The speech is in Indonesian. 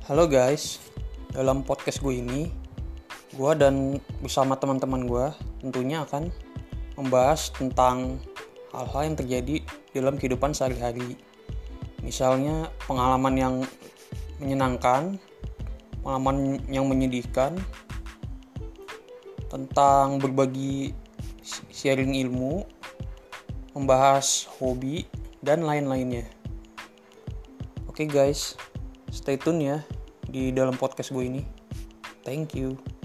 Halo guys, dalam podcast gue ini, gue dan bersama teman-teman gue tentunya akan membahas tentang hal-hal yang terjadi dalam kehidupan sehari-hari. Misalnya pengalaman yang menyenangkan, pengalaman yang menyedihkan, tentang berbagi sharing ilmu, membahas hobi, dan lain-lainnya. Oke guys, stay tune ya di dalam podcast gue ini. Thank you.